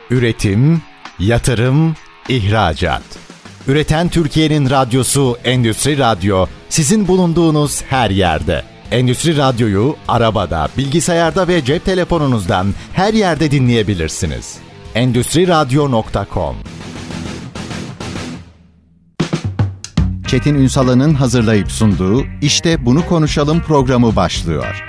Üretim, yatırım, ihracat. Üreten Türkiye'nin radyosu Endüstri Radyo, sizin bulunduğunuz her yerde. Endüstri Radyo'yu arabada, bilgisayarda ve cep telefonunuzdan her yerde dinleyebilirsiniz. Endüstriradyo.com. Çetin Ünsal'ın hazırlayıp sunduğu İşte Bunu Konuşalım programı başlıyor.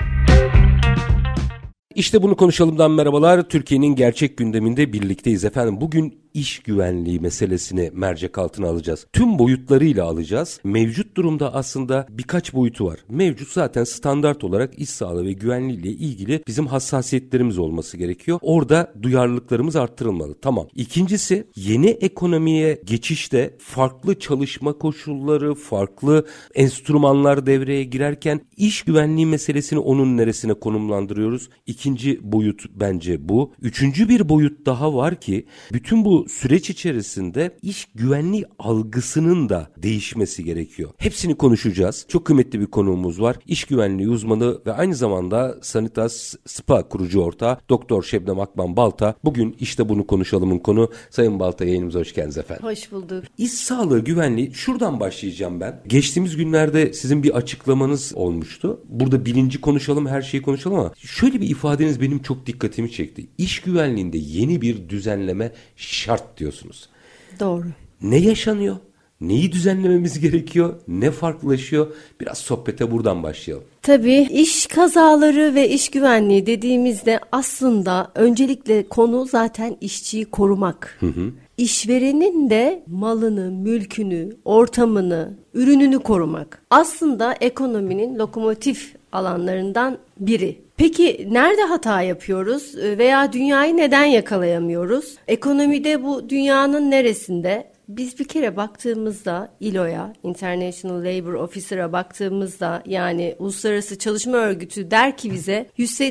İşte Bunu Konuşalım'dan merhabalar. Türkiye'nin gerçek gündeminde birlikteyiz efendim. Bugün iş güvenliği meselesini mercek altına alacağız. Tüm boyutlarıyla alacağız. Mevcut durumda aslında birkaç boyutu var. Mevcut zaten standart olarak iş sağlığı ve güvenliği ile ilgili bizim hassasiyetlerimiz olması gerekiyor. Orada duyarlılıklarımız arttırılmalı. Tamam. İkincisi, yeni ekonomiye geçişte farklı çalışma koşulları, farklı enstrümanlar devreye girerken iş güvenliği meselesini onun neresine konumlandırıyoruz? İkinci boyut bence bu. Üçüncü bir boyut daha var ki bütün bu süreç içerisinde iş güvenliği algısının da değişmesi gerekiyor. Hepsini konuşacağız. Çok kıymetli bir konuğumuz var. İş güvenliği uzmanı ve aynı zamanda Sanitas Spa kurucu ortağı Doktor Şebnem Akman Balta. Bugün işte bunu konuşalımın konu. Sayın Balta, yayınımıza hoş geldiniz efendim. Hoş bulduk. İş sağlığı güvenliği, şuradan başlayacağım ben. Geçtiğimiz günlerde sizin bir açıklamanız olmuştu. Burada bilinci konuşalım, her şeyi konuşalım ama şöyle bir ifadeniz benim çok dikkatimi çekti. İş güvenliğinde yeni bir düzenleme şart diyorsunuz. Doğru. Ne yaşanıyor? Neyi düzenlememiz gerekiyor? Ne farklılaşıyor? Biraz sohbete buradan başlayalım. Tabii iş kazaları ve iş güvenliği dediğimizde aslında öncelikle konu zaten işçiyi korumak. İşverenin de malını, mülkünü, ortamını, ürününü korumak. Aslında ekonominin lokomotif alanlarından biri. Peki nerede hata yapıyoruz veya dünyayı neden yakalayamıyoruz? Ekonomide bu dünyanın neresinde? Biz bir kere baktığımızda ILO'ya, International Labour Officer'a baktığımızda, yani Uluslararası Çalışma Örgütü der ki bize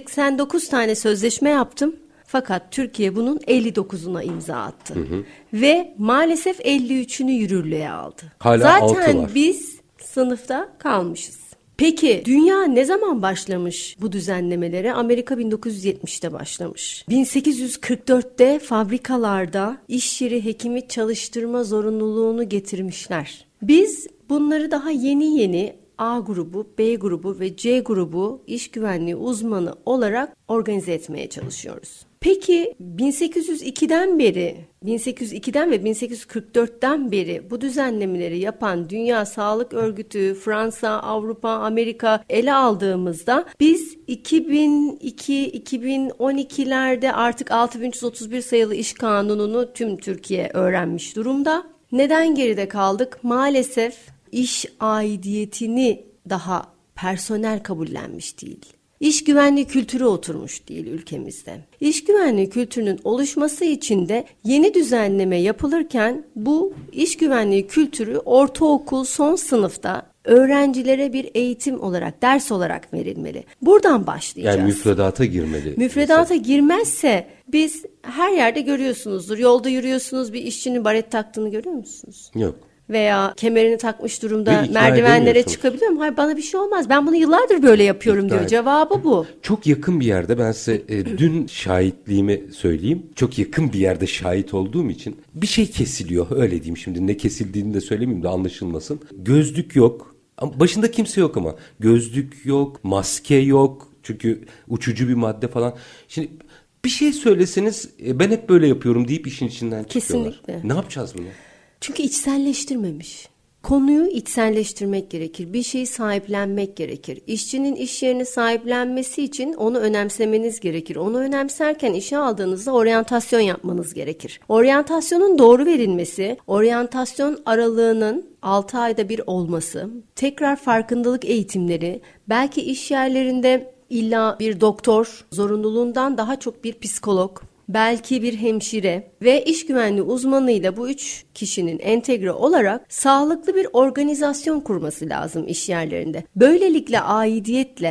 189 tane sözleşme yaptım. Fakat Türkiye bunun 59'una imza attı. Ve maalesef 53'ünü yürürlüğe aldı. Hala zaten biz sınıfta kalmışız. Peki dünya ne zaman başlamış bu düzenlemelere? Amerika 1970'te başlamış. 1844'te fabrikalarda iş yeri hekimi çalıştırma zorunluluğunu getirmişler. Biz bunları daha yeni A grubu, B grubu ve C grubu iş güvenliği uzmanı olarak organize etmeye çalışıyoruz. Peki 1802'den ve 1844'ten beri bu düzenlemeleri yapan Dünya Sağlık Örgütü, Fransa, Avrupa, Amerika ele aldığımızda biz 2002-2012'lerde artık 6331 sayılı iş kanununu tüm Türkiye öğrenmiş durumda. Neden geride kaldık? Maalesef iş aidiyetini daha personel kabullenmiş değil. İş güvenliği kültürü oturmuş değil ülkemizde. İş güvenliği kültürünün oluşması için de yeni düzenleme yapılırken bu iş güvenliği kültürü ortaokul son sınıfta öğrencilere bir eğitim olarak, ders olarak verilmeli. Buradan başlayacağız. Yani müfredata girmeli. Müfredata girmezse biz her yerde görüyorsunuzdur. Yolda yürüyorsunuz, bir işçinin baret taktığını görüyor musunuz? Yok. Veya kemerini takmış durumda merdivenlere çıkabiliyor mu? Hayır, bana bir şey olmaz. Ben bunu yıllardır böyle yapıyorum diyor. Cevabı bu. Çok yakın bir yerde, ben size dün şahitliğimi söyleyeyim. Çok yakın bir yerde şahit olduğum için bir şey kesiliyor. Öyle diyeyim şimdi. Ne kesildiğini de söylemeyeyim de anlaşılmasın. Gözlük yok. Başında kimse yok ama. Gözlük yok, maske yok. Çünkü uçucu bir madde falan. Şimdi bir şey söyleseniz ben hep böyle yapıyorum deyip işin içinden çıkıyorlar. Kesinlikle. Ne yapacağız bunu? Çünkü içselleştirmemiş. Konuyu içselleştirmek gerekir. Bir şeyi sahiplenmek gerekir. İşçinin iş yerini sahiplenmesi için onu önemsemeniz gerekir. Onu önemserken işe aldığınızda oryantasyon yapmanız gerekir. Oryantasyonun doğru verilmesi, oryantasyon aralığının 6 ayda bir olması, tekrar farkındalık eğitimleri, belki iş yerlerinde illa bir doktor zorunluluğundan daha çok bir psikolog, belki bir hemşire ve iş güvenliği uzmanıyla bu 3 kişinin entegre olarak sağlıklı bir organizasyon kurması lazım iş yerlerinde. Böylelikle aidiyetle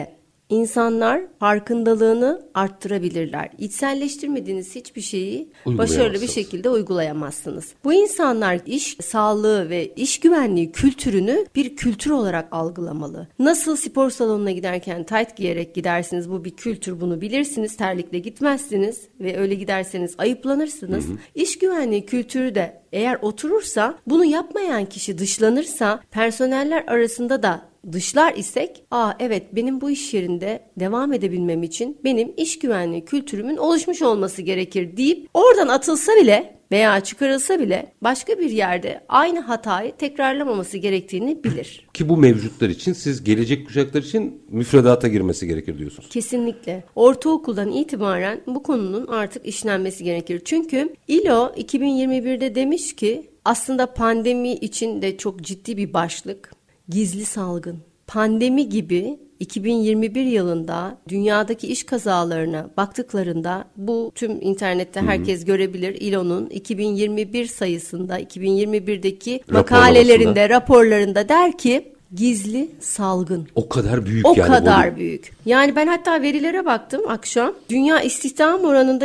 İnsanlar farkındalığını arttırabilirler. İçselleştirmediğiniz hiçbir şeyi başarılı bir şekilde uygulayamazsınız. Bu insanlar iş sağlığı ve iş güvenliği kültürünü bir kültür olarak algılamalı. Nasıl spor salonuna giderken tayt giyerek gidersiniz, bu bir kültür, bunu bilirsiniz. Terlikle gitmezsiniz ve öyle giderseniz ayıplanırsınız. İş güvenliği kültürü de eğer oturursa, bunu yapmayan kişi dışlanırsa, personeller arasında da dışlar isek, evet benim bu iş yerinde devam edebilmem için benim iş güvenliği kültürümün oluşmuş olması gerekir deyip oradan atılsa bile veya çıkarılsa bile başka bir yerde aynı hatayı tekrarlamaması gerektiğini bilir. Ki bu mevcutlar için, siz gelecek kuşaklar için müfredata girmesi gerekir diyorsunuz. Kesinlikle. Ortaokuldan itibaren bu konunun artık işlenmesi gerekir. Çünkü ILO 2021'de demiş ki aslında pandemi için de çok ciddi bir başlık. Gizli salgın. Pandemi gibi 2021 yılında dünyadaki iş kazalarına baktıklarında, bu tüm internette herkes görebilir, ILO'nun 2021 sayısında, 2021'deki makalelerinde, raporlarında der ki gizli salgın. O kadar büyük o yani. O kadar büyük. Yani ben hatta verilere baktım akşam. Dünya istihdam oranında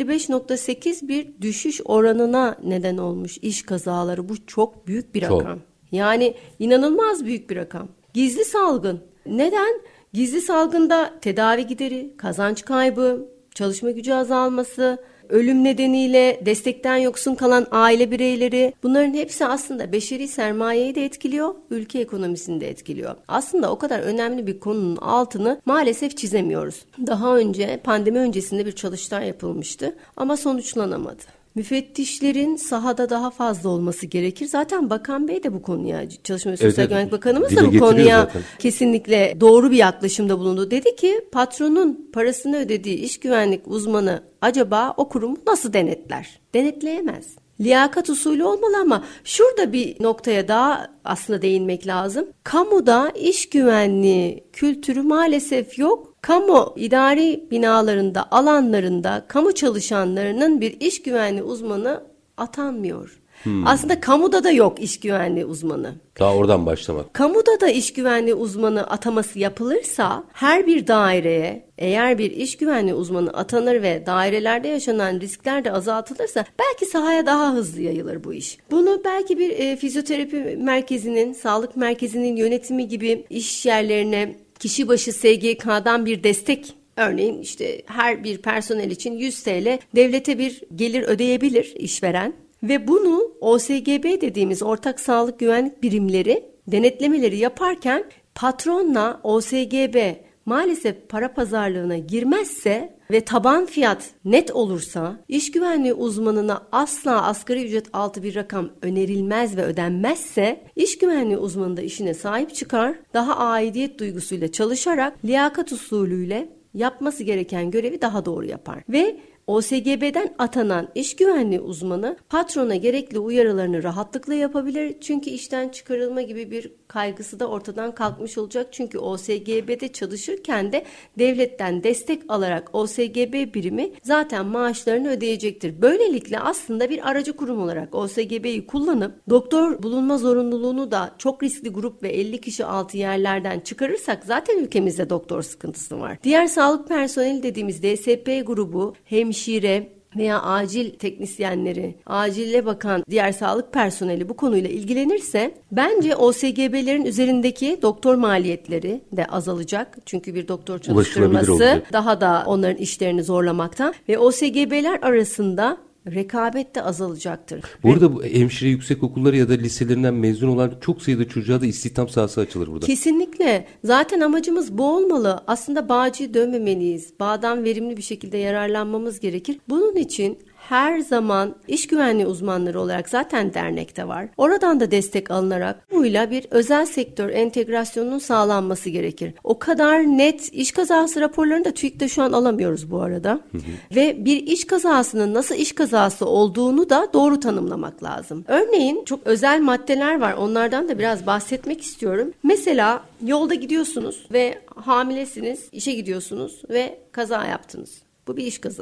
%55.8 bir düşüş oranına neden olmuş iş kazaları. Bu çok büyük bir rakam. Yani inanılmaz büyük bir rakam. Gizli salgın. Neden? Gizli salgında tedavi gideri, kazanç kaybı, çalışma gücü azalması, ölüm nedeniyle destekten yoksun kalan aile bireyleri, bunların hepsi aslında beşeri sermayeyi de etkiliyor, ülke ekonomisini de etkiliyor. Aslında o kadar önemli bir konunun altını maalesef çizemiyoruz. Daha önce, pandemi öncesinde bir çalıştay yapılmıştı ama sonuçlanamadı. Müfettişlerin sahada daha fazla olması gerekir. Zaten Bakan Bey de bu konuya, Çalışma ve Sosyal Güvenlik Bakanımız da bu konuya zaten kesinlikle doğru bir yaklaşımda bulundu. Dedi ki patronun parasını ödediği iş güvenlik uzmanı acaba o kurumu nasıl denetler? Denetleyemez. Liyakat usulü olmalı ama şurada bir noktaya daha aslında değinmek lazım. Kamuda iş güvenliği kültürü maalesef yok. Kamu idari binalarında, alanlarında kamu çalışanlarının bir iş güvenliği uzmanı atanmıyor. Aslında kamuda da yok iş güvenliği uzmanı. Daha oradan başlamak. Kamuda da iş güvenliği uzmanı ataması yapılırsa, her bir daireye eğer bir iş güvenliği uzmanı atanır ve dairelerde yaşanan riskler de azaltılırsa belki sahaya daha hızlı yayılır bu iş. Bunu belki bir fizyoterapi merkezinin, sağlık merkezinin yönetimi gibi iş yerlerine kişi başı SGK'dan bir destek, örneğin işte her bir personel için 100 TL devlete bir gelir ödeyebilir işveren ve bunu OSGB dediğimiz ortak sağlık güvenlik birimleri denetlemeleri yaparken patronla OSGB maalesef para pazarlığına girmezse ve taban fiyat net olursa, iş güvenliği uzmanına asla asgari ücret altı bir rakam önerilmez ve ödenmezse, iş güvenliği uzmanı da işine sahip çıkar, daha aidiyet duygusuyla çalışarak liyakat usulüyle yapması gereken görevi daha doğru yapar ve OSGB'den atanan iş güvenliği uzmanı patrona gerekli uyarılarını rahatlıkla yapabilir. Çünkü işten çıkarılma gibi bir kaygısı da ortadan kalkmış olacak. Çünkü OSGB'de çalışırken de devletten destek alarak OSGB birimi zaten maaşlarını ödeyecektir. Böylelikle aslında bir aracı kurum olarak OSGB'yi kullanıp doktor bulunma zorunluluğunu da çok riskli grup ve 50 kişi altı yerlerden çıkarırsak zaten ülkemizde doktor sıkıntısı var. Diğer sağlık personeli dediğimiz DSP grubu, hemşire veya acil teknisyenleri, acile bakan diğer sağlık personeli bu konuyla ilgilenirse bence OSGB'lerin üzerindeki doktor maliyetleri de azalacak. Çünkü bir doktor çalıştırması daha da onların işlerini zorlamakta ve OSGB'ler arasında rekabet de azalacaktır. Burada bu hemşire yüksekokulları ya da liselerinden mezun olan çok sayıda çocuğa da istihdam sahası açılır burada. Kesinlikle. Zaten amacımız bu olmalı. Aslında bağcıyı dövmemeliyiz. Bağdan verimli bir şekilde yararlanmamız gerekir. Bunun için her zaman iş güvenliği uzmanları olarak zaten dernekte var. Oradan da destek alınarak buyla bir özel sektör entegrasyonunun sağlanması gerekir. O kadar net iş kazası raporlarını da TÜİK'te şu an alamıyoruz bu arada. Ve bir iş kazasının nasıl iş kazası olduğunu da doğru tanımlamak lazım. Örneğin çok özel maddeler var. Onlardan da biraz bahsetmek istiyorum. Mesela yolda gidiyorsunuz ve hamilesiniz, işe gidiyorsunuz ve kaza yaptınız. Bu bir iş kazası.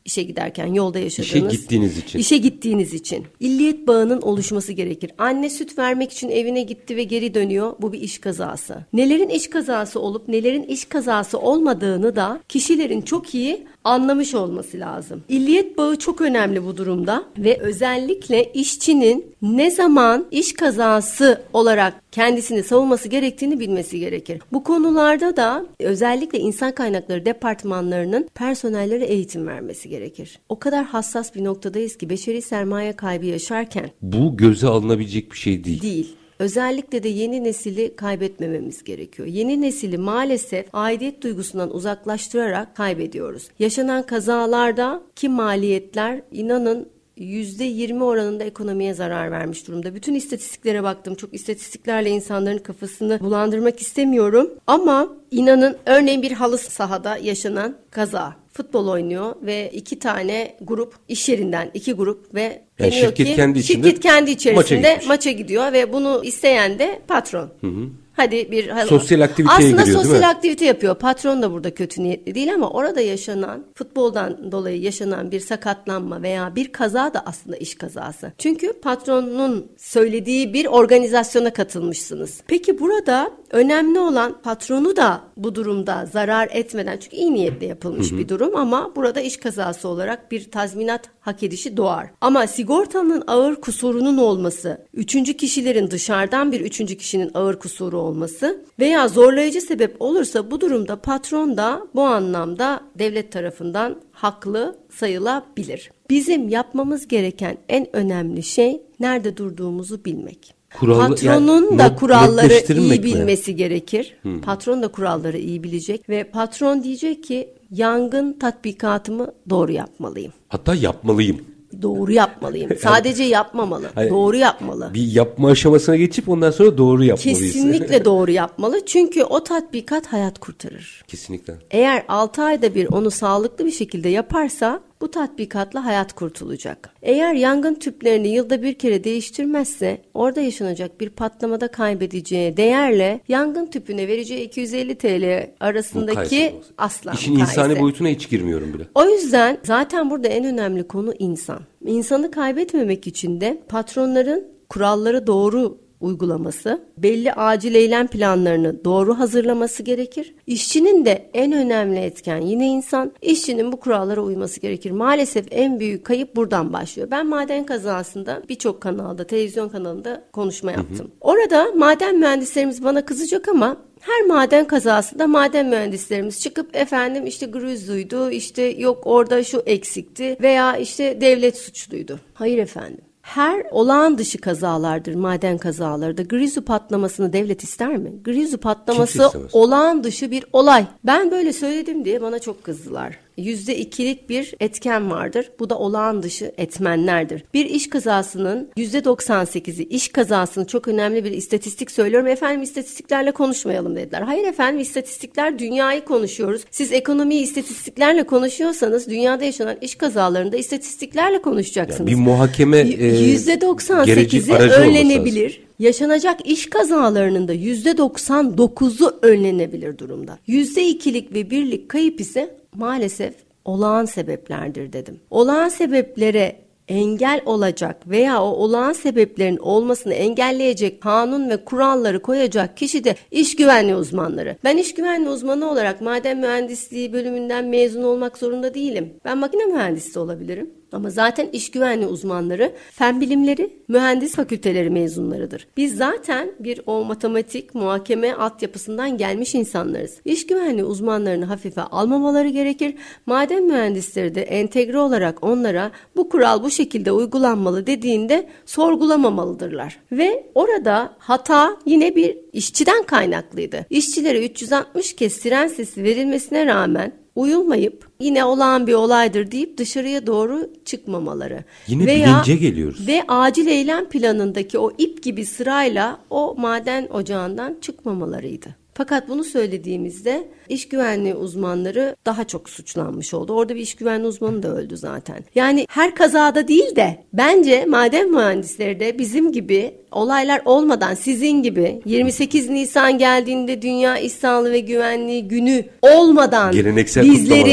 İşe giderken yolda yaşadığınız. İşe gittiğiniz için. İlliyet bağının oluşması gerekir. Anne süt vermek için evine gitti ve geri dönüyor. Bu bir iş kazası. Nelerin iş kazası olup nelerin iş kazası olmadığını da kişilerin çok iyi anlamış olması lazım. İlliyet bağı çok önemli bu durumda ve özellikle işçinin ne zaman iş kazası olarak kendisini savunması gerektiğini bilmesi gerekir. Bu konularda da özellikle insan kaynakları departmanlarının personellere eğitim vermesi gerekir. O kadar hassas bir noktadayız ki beşeri sermaye kaybı yaşarken. Bu göze alınabilecek bir şey değil. Değil. Özellikle de yeni nesili kaybetmememiz gerekiyor. Yeni nesili maalesef aidiyet duygusundan uzaklaştırarak kaybediyoruz. Yaşanan kazalarda ki maliyetler inanın %20 oranında ekonomiye zarar vermiş durumda. Bütün istatistiklere baktım. Çok istatistiklerle insanların kafasını bulandırmak istemiyorum. Ama inanın örneğin bir halı sahada yaşanan kaza. Futbol oynuyor ve 2 tane grup, iş yerinden 2 grup ve yani şirket kendi içerisinde maça gidiyor ve bunu isteyen de patron. Hadi bir sosyal aktiviteye aslında giriyor, sosyal aktivite yapıyor. Patron da burada kötü niyetli değil ama orada yaşanan, futboldan dolayı yaşanan bir sakatlanma veya bir kaza da aslında iş kazası. Çünkü patronun söylediği bir organizasyona katılmışsınız. Peki burada önemli olan patronu da bu durumda zarar etmeden, çünkü iyi niyetle yapılmış bir durum ama burada iş kazası olarak bir tazminat hak edişi doğar. Ama sigortanın ağır kusurunun olması, üçüncü kişilerin dışarıdan bir üçüncü kişinin ağır kusuru olması veya zorlayıcı sebep olursa bu durumda patron da bu anlamda devlet tarafından haklı sayılabilir. Bizim yapmamız gereken en önemli şey nerede durduğumuzu bilmek. Patronun da kuralları iyi bilmesi gerekir. Patron da kuralları iyi bilecek ve patron diyecek ki yangın tatbikatımı doğru yapmalıyım. Hatta yapmalıyım. Doğru yapmalıyım. Sadece yapmamalı. Hayır, doğru yapmalı. Bir yapma aşamasına geçip ondan sonra doğru yapmalıyız. Kesinlikle doğru yapmalı. Çünkü o tatbikat hayat kurtarır. Kesinlikle. Eğer 6 ayda bir onu sağlıklı bir şekilde yaparsa bu tatbikatla hayat kurtulacak. Eğer yangın tüplerini yılda bir kere değiştirmezse orada yaşanacak bir patlamada kaybedeceği değerle yangın tüpüne vereceği 250 TL arasındaki asla İşin insani boyutuna hiç girmiyorum bile. O yüzden zaten burada en önemli konu insan. İnsanı kaybetmemek için de patronların kuralları doğru uygulaması, belli acil eylem planlarını doğru hazırlaması gerekir. İşçinin de en önemli etken yine insan, işçinin bu kurallara uyması gerekir. Maalesef en büyük kayıp buradan başlıyor. Ben maden kazasında birçok kanalda, televizyon kanalında konuşma yaptım. Orada maden mühendislerimiz bana kızacak ama her maden kazasında maden mühendislerimiz çıkıp efendim işte grüzduydu, işte yok orada şu eksikti veya işte devlet suçluydu. Hayır efendim. Her olağan dışı kazalardır maden kazaları da. Grizu patlamasını devlet ister mi? Grizu patlaması olağan dışı bir olay. Ben böyle söyledim diye bana çok kızdılar. %2'lik bir etken vardır. Bu da olağan dışı etmenlerdir. Bir iş kazasının %98'i iş kazasının çok önemli bir istatistik söylüyorum. Efendim istatistiklerle konuşmayalım dediler. Hayır efendim istatistikler dünyayı konuşuyoruz. Siz ekonomiyi istatistiklerle konuşuyorsanız dünyada yaşanan iş kazalarında istatistiklerle konuşacaksınız. Yani bir muhakeme %98'i önlenebilir. Yaşanacak iş kazalarının da %99'u önlenebilir durumda. %2'lik ve 1'lik kayıp ise maalesef olağan sebeplerdir dedim. Olağan sebeplere engel olacak veya o olağan sebeplerin olmasını engelleyecek kanun ve kuralları koyacak kişi de iş güvenliği uzmanları. Ben iş güvenliği uzmanı olarak maden mühendisliği bölümünden mezun olmak zorunda değilim. Ben makine mühendisi olabilirim. Ama zaten iş güvenliği uzmanları fen bilimleri, mühendis fakülteleri mezunlarıdır. Biz zaten o matematik, muhakeme altyapısından gelmiş insanlarız. İş güvenliği uzmanlarını hafife almamaları gerekir. Maden mühendisleri de entegre olarak onlara bu kural bu şekilde uygulanmalı dediğinde sorgulamamalıdırlar. Ve orada hata yine bir işçiden kaynaklıydı. İşçilere 360 kez siren sesi verilmesine rağmen uyulmayıp yine olağan bir olaydır deyip dışarıya doğru çıkmamaları. Yine bilince geliyoruz. Ve acil eylem planındaki o ip gibi sırayla o maden ocağından çıkmamalarıydı. Fakat bunu söylediğimizde iş güvenliği uzmanları daha çok suçlanmış oldu. Orada bir iş güvenliği uzmanı da öldü zaten. Yani her kazada değil de bence maden mühendisleri de bizim gibi olaylar olmadan sizin gibi 28 Nisan geldiğinde Dünya İş Sağlığı ve Güvenliği Günü olmadan geleneksel bizleri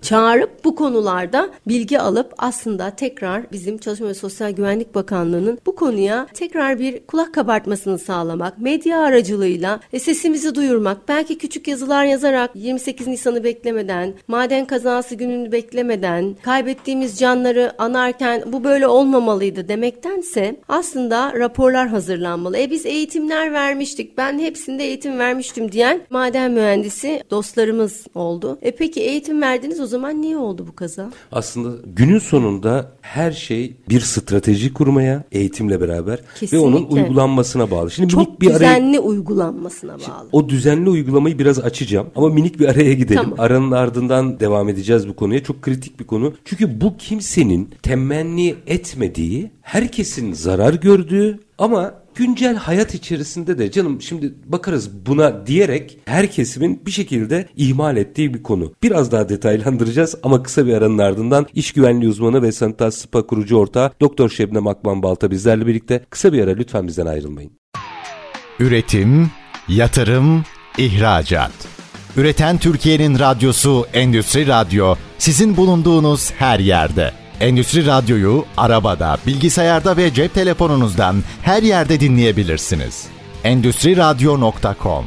çağırıp bu konularda bilgi alıp aslında tekrar bizim Çalışma ve Sosyal Güvenlik Bakanlığı'nın bu konuya tekrar bir kulak kabartmasını sağlamak, medya aracılığıyla sesimizi duyurmak, belki küçük yazılar yazarak 28 Nisan'ı beklemeden, maden kazası gününü beklemeden, kaybettiğimiz canları anarken bu böyle olmamalıydı demektense aslında raporlar hazırlanmalı. Biz eğitimler vermiştik, ben hepsinde eğitim vermiştim diyen maden mühendisi dostlarımız oldu. Peki eğitim verdiniz, o zaman niye oldu bu kaza? Aslında günün sonunda her şey bir strateji kurmaya, eğitimle beraber Kesinlikle. ve onun uygulanmasına bağlı. Şimdi çok düzenli uygulanmasına bağlı. O düzenli uygulamayı biraz açacağım ama minik bir araya gidelim. Tamam. Aranın ardından devam edeceğiz bu konuya. Çok kritik bir konu. Çünkü bu kimsenin temenni etmediği, herkesin zarar gördüğü ama güncel hayat içerisinde de canım şimdi bakarız buna diyerek her kesimin bir şekilde ihmal ettiği bir konu. Biraz daha detaylandıracağız ama kısa bir aranın ardından iş güvenliği uzmanı ve Sanitas Spa kurucu ortağı Doktor Şebnem Akman Balta bizlerle birlikte. Kısa bir ara, lütfen bizden ayrılmayın. Üretim, yatırım, ihracat. Üreten Türkiye'nin radyosu Endüstri Radyo, sizin bulunduğunuz her yerde. Endüstri Radyo'yu arabada, bilgisayarda ve cep telefonunuzdan her yerde dinleyebilirsiniz. Endüstriradyo.com.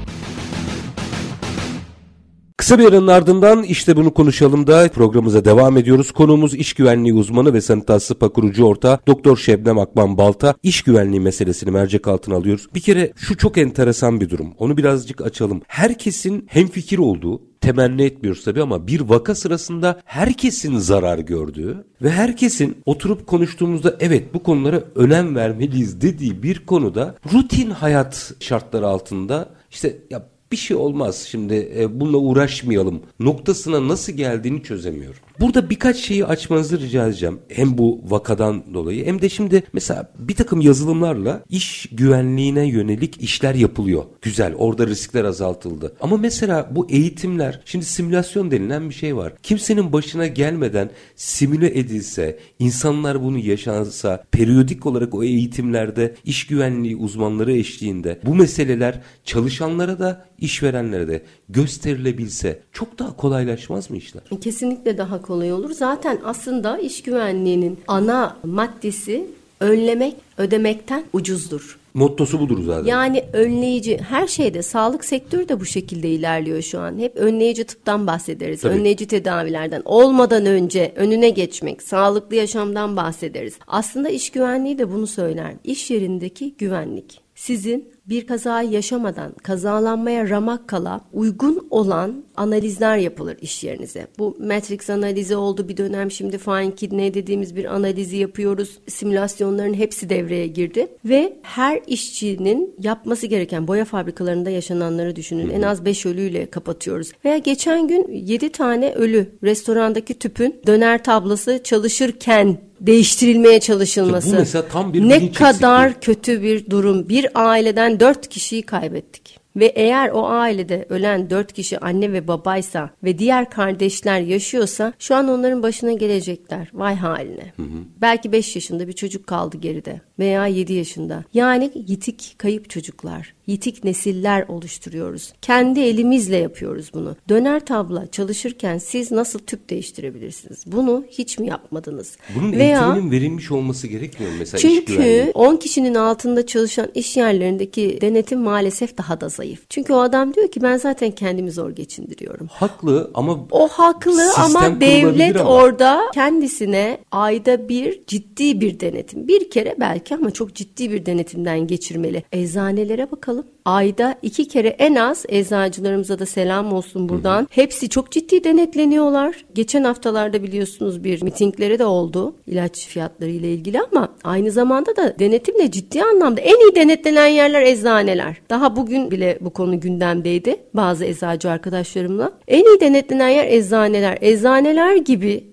Kısa bir aranın ardından işte bunu konuşalım da programımıza devam ediyoruz. Konuğumuz iş güvenliği uzmanı ve Sanitas Spa kurucu ortağı Doktor Şebnem Akman Balta. İş güvenliği meselesini mercek altına alıyoruz. Bir kere şu çok enteresan bir durum. Onu birazcık açalım. Herkesin hemfikir olduğu, temenni etmiyoruz tabii ama bir vaka sırasında herkesin zarar gördüğü ve herkesin oturup konuştuğumuzda evet bu konulara önem vermeliyiz dediği bir konuda rutin hayat şartları altında işte ya bir şey olmaz şimdi bununla uğraşmayalım noktasına nasıl geldiğini çözemiyorum. Burada birkaç şeyi açmanızı rica edeceğim. Hem bu vakadan dolayı hem de şimdi mesela bir takım yazılımlarla iş güvenliğine yönelik işler yapılıyor. Güzel, orada riskler azaltıldı. Ama mesela bu eğitimler, şimdi simülasyon denilen bir şey var. Kimsenin başına gelmeden simüle edilse, insanlar bunu yaşansa, periyodik olarak o eğitimlerde iş güvenliği uzmanları eşliğinde bu meseleler çalışanlara da işverenlere de gösterilebilse çok daha kolaylaşmaz mı işler? Kesinlikle daha kolay olur. Zaten aslında iş güvenliğinin ana maddesi önlemek ödemekten ucuzdur. Mottosu budur zaten. Yani önleyici, her şeyde, sağlık sektörü de bu şekilde ilerliyor şu an. Hep önleyici tıptan bahsederiz. Tabii. Önleyici tedavilerden. Olmadan önce önüne geçmek, sağlıklı yaşamdan bahsederiz. Aslında iş güvenliği de bunu söyler. İş yerindeki güvenlik. Sizin bir kazayı yaşamadan kazalanmaya ramak kala uygun olan analizler yapılır iş yerinize. Bu Matrix analizi oldu bir dönem, şimdi Fine Kidney dediğimiz bir analizi yapıyoruz. Simülasyonların hepsi devreye girdi ve her işçinin yapması gereken, boya fabrikalarında yaşananları düşünün. En az 5 ölüyle kapatıyoruz. Veya geçen gün 7 tane ölü restorandaki tüpün döner tablası çalışırken değiştirilmeye çalışılması. Bu mesela tam bir ne kadar kötü bir durum. Bir aileden 4 kişiyi kaybettik. Ve eğer o ailede ölen 4 kişi anne ve babaysa ve diğer kardeşler yaşıyorsa şu an onların başına gelecekler. Vay haline. Belki 5 yaşında bir çocuk kaldı geride veya 7 yaşında. Yani yitik kayıp çocuklar, yitik nesiller oluşturuyoruz. Kendi elimizle yapıyoruz bunu. Döner tabla çalışırken siz nasıl tüp değiştirebilirsiniz? Bunu hiç mi yapmadınız? Bunun eğitiminin verilmiş olması gerekmiyor mu mesela iş çünkü güvenliği? 10 kişinin altında çalışan iş yerlerindeki denetim maalesef daha da zayıf. Çünkü o adam diyor ki ben zaten kendimi zor geçindiriyorum. Haklı ama o haklı ama devlet orada kendisine ayda bir ciddi bir denetim. Bir kere belki ama çok ciddi bir denetimden geçirmeli. Eczanelere bakalım. Ayda 2 kere en az, eczacılarımıza da selam olsun buradan. Hepsi çok ciddi denetleniyorlar. Geçen haftalarda biliyorsunuz bir mitingleri de oldu ilaç fiyatları ile ilgili ama aynı zamanda da denetimle ciddi anlamda en iyi denetlenen yerler eczaneler. Daha bugün bile bu konu gündemdeydi bazı eczacı arkadaşlarımla. En iyi denetlenen yer eczaneler. Eczaneler gibi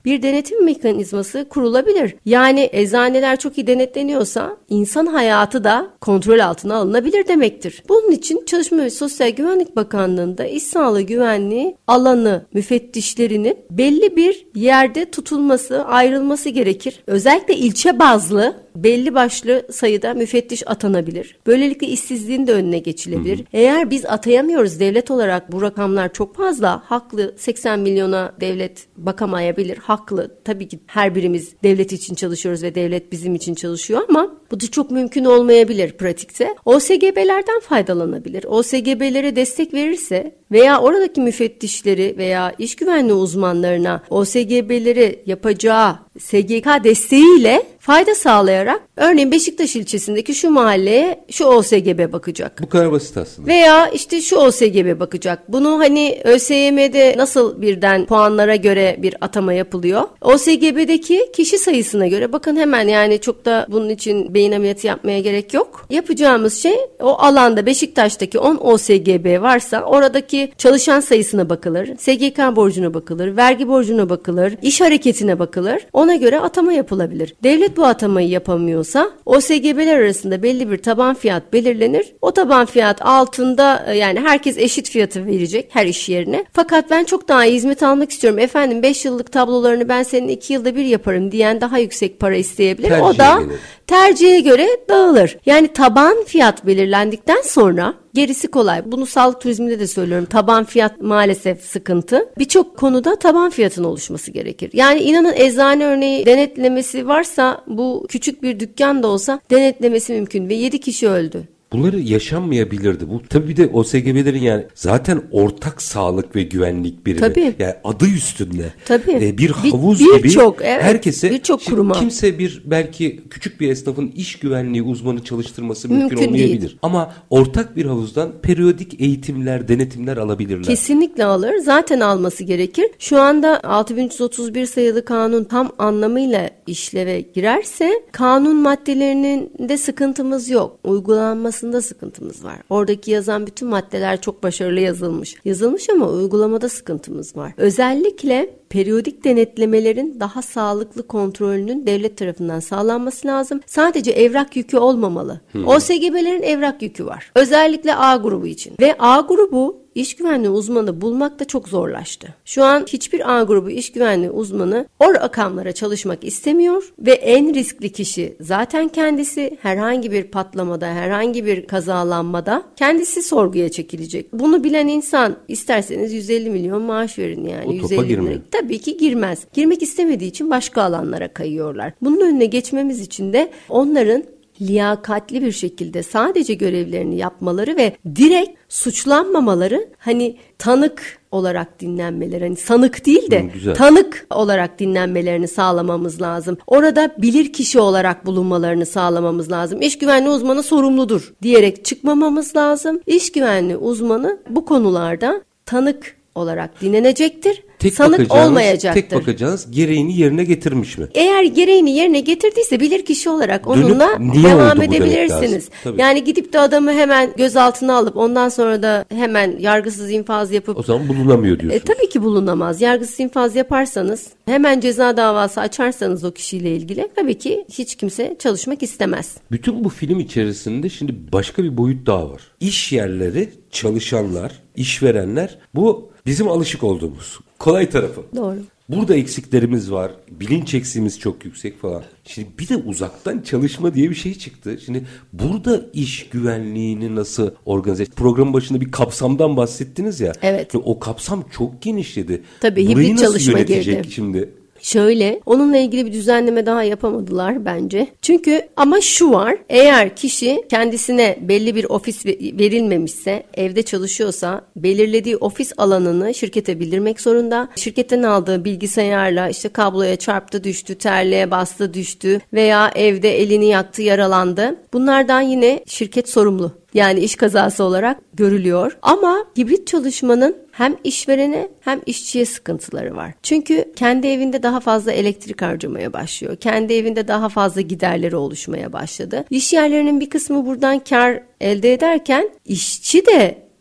bir denetim mekanizması kurulabilir. Yani eczaneler çok iyi denetleniyorsa insan hayatı da kontrol altına alınabilir demektir. Bunun için Çalışma ve Sosyal Güvenlik Bakanlığı'nda iş sağlığı güvenliği alanı müfettişlerinin belli bir yerde tutulması, ayrılması gerekir. Özellikle ilçe bazlı belli başlı sayıda müfettiş atanabilir. Böylelikle işsizliğin de önüne geçilebilir. Eğer biz atayamıyoruz devlet olarak, bu rakamlar çok fazla. Haklı, 80 milyona devlet bakamayabilir. Haklı. Tabii ki her birimiz devlet için çalışıyoruz ve devlet bizim için çalışıyor ama bu da çok mümkün olmayabilir pratikte. OSGB'lerden faydalanabilir. OSGB'lere destek verirse veya oradaki müfettişleri veya iş güvenliği uzmanlarına OSGB'leri yapacağı SGK desteğiyle fayda sağlayarak, örneğin Beşiktaş ilçesindeki şu mahalleye şu OSGB bakacak. Bu kadar basit aslında. Veya işte şu OSGB bakacak. Bunu hani ÖSYM'de nasıl birden puanlara göre bir atama yapılıyor? OSGB'deki kişi sayısına göre, bakın hemen, yani çok da bunun için beyin ameliyatı yapmaya gerek yok. Yapacağımız şey, o alanda Beşiktaş'taki 10 OSGB varsa oradaki çalışan sayısına bakılır, SGK borcuna bakılır, vergi borcuna bakılır, iş hareketine bakılır. Ona göre atama yapılabilir. Devlet bu atamayı yapamıyorsa OSGB'ler arasında belli bir taban fiyat belirlenir. O taban fiyat altında, yani herkes eşit fiyatı verecek her iş yerine. Fakat ben çok daha iyi hizmet almak istiyorum. Efendim 5 yıllık tablolarını ben senin 2 yılda bir yaparım diyen daha yüksek para isteyebilir. O da tercihe göre dağılır. Yani taban fiyat belirlendikten sonra gerisi kolay. Bunu sağlık turizminde de söylüyorum. Taban fiyat maalesef sıkıntı. Birçok konuda taban fiyatın oluşması gerekir. Yani inanın, eczane örneği denetlemesi varsa, bu küçük bir dükkan da olsa denetlemesi mümkün ve 7 kişi öldü. Bunları yaşanmayabilirdi. Bu tabii bir de OSGB'lerin yani zaten ortak sağlık ve güvenlik birimi. Tabii. Yani adı üstünde. Tabii. Bir havuz gibi çok, evet, herkese, birçok kuruma. Kimse belki küçük bir esnafın iş güvenliği uzmanı çalıştırması mümkün olmayabilir. Değil. Ama ortak bir havuzdan periyodik eğitimler, denetimler alabilirler. Kesinlikle alır. Zaten alması gerekir. Şu anda 6331 sayılı kanun tam anlamıyla işleve girerse kanun maddelerinin de sıkıntımız yok. Uygulanması sıkıntımız var. Oradaki yazan bütün maddeler çok başarılı yazılmış. Yazılmış ama uygulamada sıkıntımız var. Özellikle periyodik denetlemelerin daha sağlıklı kontrolünün devlet tarafından sağlanması lazım. Sadece evrak yükü olmamalı. OSGB'lerin evrak yükü var. Özellikle A grubu için. Ve A grubu İş güvenliği uzmanı bulmak da çok zorlaştı. Şu an hiçbir A grubu iş güvenliği uzmanı o rakamlara çalışmak istemiyor ve en riskli kişi zaten kendisi. Herhangi bir patlamada, herhangi bir kazalanmada kendisi sorguya çekilecek. Bunu bilen insan, isterseniz 150 milyon maaş verin yani. O 150 milyon. Tabii ki girmez. Girmek istemediği için başka alanlara kayıyorlar. Bunun önüne geçmemiz için de onların liyakatli bir şekilde sadece görevlerini yapmaları ve direkt suçlanmamaları, hani tanık olarak dinlenmeleri, hani sanık değil de tanık olarak dinlenmelerini sağlamamız lazım. Orada bilirkişi olarak bulunmalarını sağlamamız lazım. İş güvenliği uzmanı sorumludur diyerek çıkmamamız lazım. İş güvenliği uzmanı bu konularda tanık olarak dinlenecektir. Sanık olmayacaktır. Tek bakacağınız gereğini yerine getirmiş mi? Eğer gereğini yerine getirdiyse bilirkişi olarak onunla devam edebilirsiniz. Yani gidip de adamı hemen gözaltına alıp ondan sonra da hemen yargısız infaz yapıp... O zaman bulunamıyor diyorsunuz. Tabii ki bulunamaz. Yargısız infaz yaparsanız, hemen ceza davası açarsanız o kişiyle ilgili, tabii ki hiç kimse çalışmak istemez. Bütün bu film içerisinde şimdi başka bir boyut daha var. İş yerleri, çalışanlar, işverenler, bu bizim alışık olduğumuz kolay tarafı. Doğru. Burada eksiklerimiz var. Bilinç eksiğimiz çok yüksek falan. Şimdi bir de uzaktan çalışma diye bir şey çıktı. Şimdi burada iş güvenliğini nasıl organize? Programın başında bir kapsamdan bahsettiniz ya. Evet. O kapsam çok genişledi. Tabii hibrit çalışma girdi. Şimdi? Şöyle, onunla ilgili bir düzenleme daha yapamadılar bence. Çünkü ama şu var, eğer kişi kendisine belli bir ofis verilmemişse, evde çalışıyorsa belirlediği ofis alanını şirkete bildirmek zorunda. Şirketten aldığı bilgisayarla işte kabloya çarptı düştü, terliğe bastı düştü veya evde elini yaktı, yaralandı. Bunlardan yine şirket sorumlu. Yani iş kazası olarak görülüyor. Ama hibrit çalışmanın hem işverene hem işçiye sıkıntıları var. Çünkü kendi evinde daha fazla elektrik harcamaya başlıyor. Kendi evinde daha fazla giderleri oluşmaya başladı. İş yerlerinin bir kısmı buradan kar elde ederken işçi de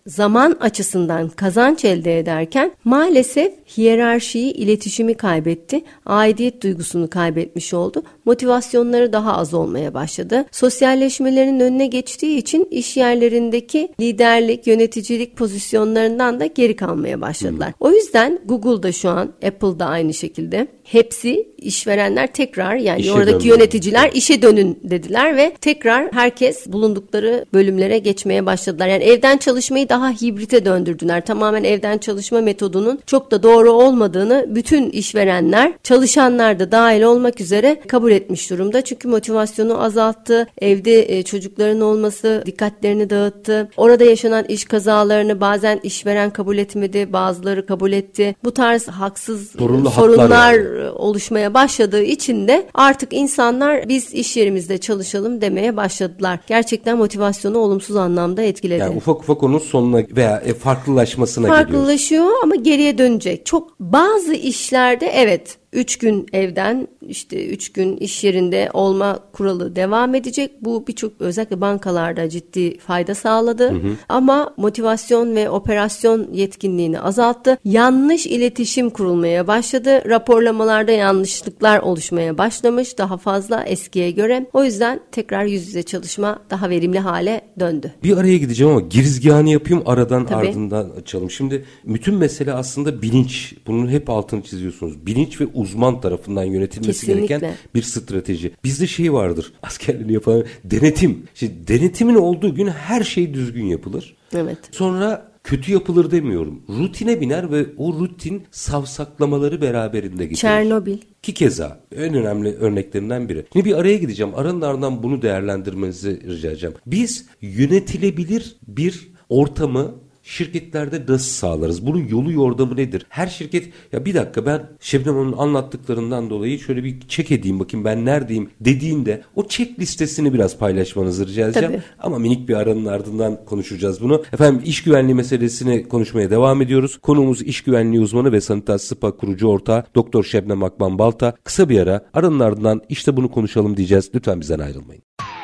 zaman açısından kazanç elde ederken maalesef hiyerarşiyi, iletişimi kaybetti. Aidiyet duygusunu kaybetmiş oldu. Motivasyonları daha az olmaya başladı. Sosyalleşmelerinin önüne geçtiği için iş yerlerindeki liderlik, yöneticilik pozisyonlarından da geri kalmaya başladılar. O yüzden Google'da şu an, Apple'da aynı şekilde hepsi işverenler tekrar yani İşe oradaki dönün. yöneticiler işe dönün dediler ve tekrar herkes bulundukları bölümlere geçmeye başladılar. Yani evden çalışmayı daha hibrite döndürdüler. Tamamen evden çalışma metodunun çok da doğru olmadığını bütün işverenler, çalışanlar da dahil olmak üzere kabul etmiş durumda. Çünkü motivasyonu azalttı. Evde çocukların olması dikkatlerini dağıttı. Orada yaşanan iş kazalarını bazen işveren kabul etmedi, bazıları kabul etti. Bu tarz haksız sorunlar oluşmaya başladığı için de artık insanlar biz iş yerimizde çalışalım demeye başladılar. Gerçekten motivasyonu olumsuz anlamda etkiledi. Yani ufak ufak onun sonuna veya farklılaşmasına farklılaşıyor ama geriye dönecek. Çok bazı işlerde evet 3 gün evden, işte 3 gün iş yerinde olma kuralı devam edecek. Bu birçok özellikle bankalarda ciddi fayda sağladı. Ama motivasyon ve operasyon yetkinliğini azalttı. Yanlış iletişim kurulmaya başladı. Raporlamalarda yanlışlıklar oluşmaya başlamış daha fazla eskiye göre. O yüzden tekrar yüz yüze çalışma daha verimli hale döndü. Bir araya gideceğim ama girizgahını yapayım aradan Tabii. ardından açalım. Şimdi bütün mesele aslında bilinç. Bunun hep altını çiziyorsunuz. Bilinç ve uzman tarafından yönetilmesi Kesinlikle. gereken bir strateji. Bizde şey vardır. Askerliğini yapan denetim. Şimdi denetimin olduğu gün her şey düzgün yapılır. Evet. Sonra kötü yapılır demiyorum. Rutine biner ve o rutin savsaklamaları beraberinde getirir. Çernobil. Ki keza en önemli örneklerinden biri. Şimdi bir araya gideceğim. Aranın ardından bunu değerlendirmenizi rica edeceğim. Biz yönetilebilir bir ortamı şirketlerde nasıl sağlarız? Bunun yolu yordamı nedir? Her şirket ya bir dakika ben Şebnem Hanım'ın anlattıklarından dolayı şöyle bir check edeyim bakayım ben neredeyim dediğinde o check listesini biraz paylaşmanızı rica edeceğim. Tabii. Ama minik bir aranın ardından konuşacağız bunu. Efendim iş güvenliği meselesini konuşmaya devam ediyoruz. Konuğumuz iş güvenliği uzmanı ve Sanitas Spa kurucu ortağı Doktor Şebnem Akban Balta. Kısa bir ara aranın ardından işte bunu konuşalım diyeceğiz. Lütfen bizden ayrılmayın.